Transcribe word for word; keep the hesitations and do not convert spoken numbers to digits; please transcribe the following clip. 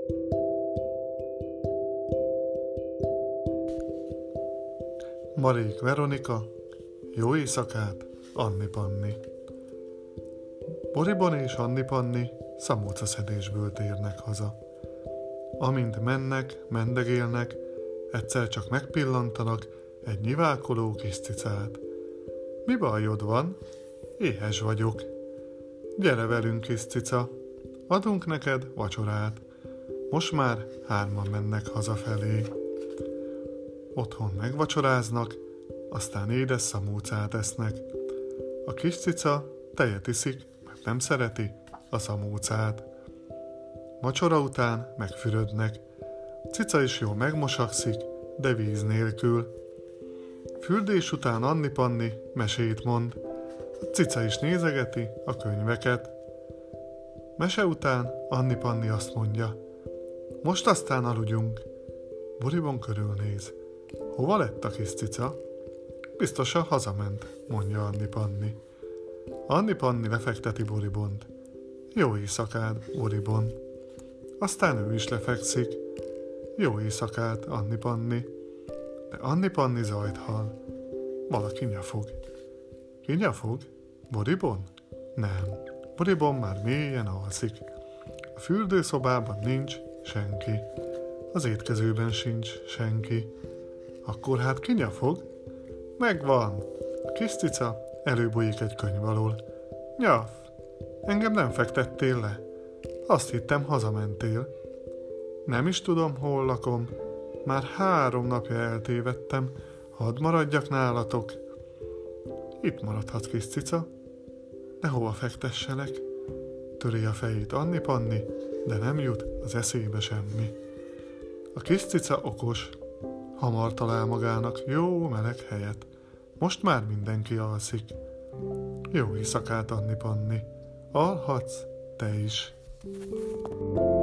Marék Veronika, jó éjszakát, Anni Panni. Boribon és Anni Panni szamócaszedésből térnek haza. Amint mennek, mendegélnek, egyszer csak megpillantanak egy nyiválkoló kis cicát. Mi bajod van? Éhes vagyok. Gyere velünk, kis cica, adunk neked vacsorát. Most már hárman mennek hazafelé. Otthon megvacsoráznak, aztán édes szamócát esznek. A kis cica tejet iszik, mert nem szereti a szamócát. Vacsora után megfürödnek. Cica is jól megmosakszik, de víz nélkül. Fürdés után Anni Panni mesét mond. A cica is nézegeti a könyveket. Mese után Anni Panni azt mondja: most aztán aludjunk. Boribon körülnéz. Hova lett a kis cica? Biztosan hazament, mondja Anni Panni. Anni Panni lefekteti Boribont. Jó éjszakát, Boribon. Aztán ő is lefekszik. Jó éjszakát, Anni Panni. De Anni Panni zajt hall. Valaki nyafog. Ki nyafog? Boribon? Nem. Boribon már mélyen alszik. A fürdőszobában nincs senki. Az étkezőben sincs senki. Akkor hát ki nyafog? Megvan! A kis cica előbújik egy könyv alól. Nyaf! Engem nem fektettél le. Azt hittem, hazamentél. Nem is tudom, hol lakom. Már három napja eltévedtem. Hadd maradjak nálatok. Itt maradhatsz, kis cica. De hova fektesselek? Töri a fejét Anni Panni, de nem jut az eszébe semmi. A kis cica okos. Hamar talál magának jó meleg helyet. Most már mindenki alszik. Jó éjszakát, Anni Panni. Alhatsz te is.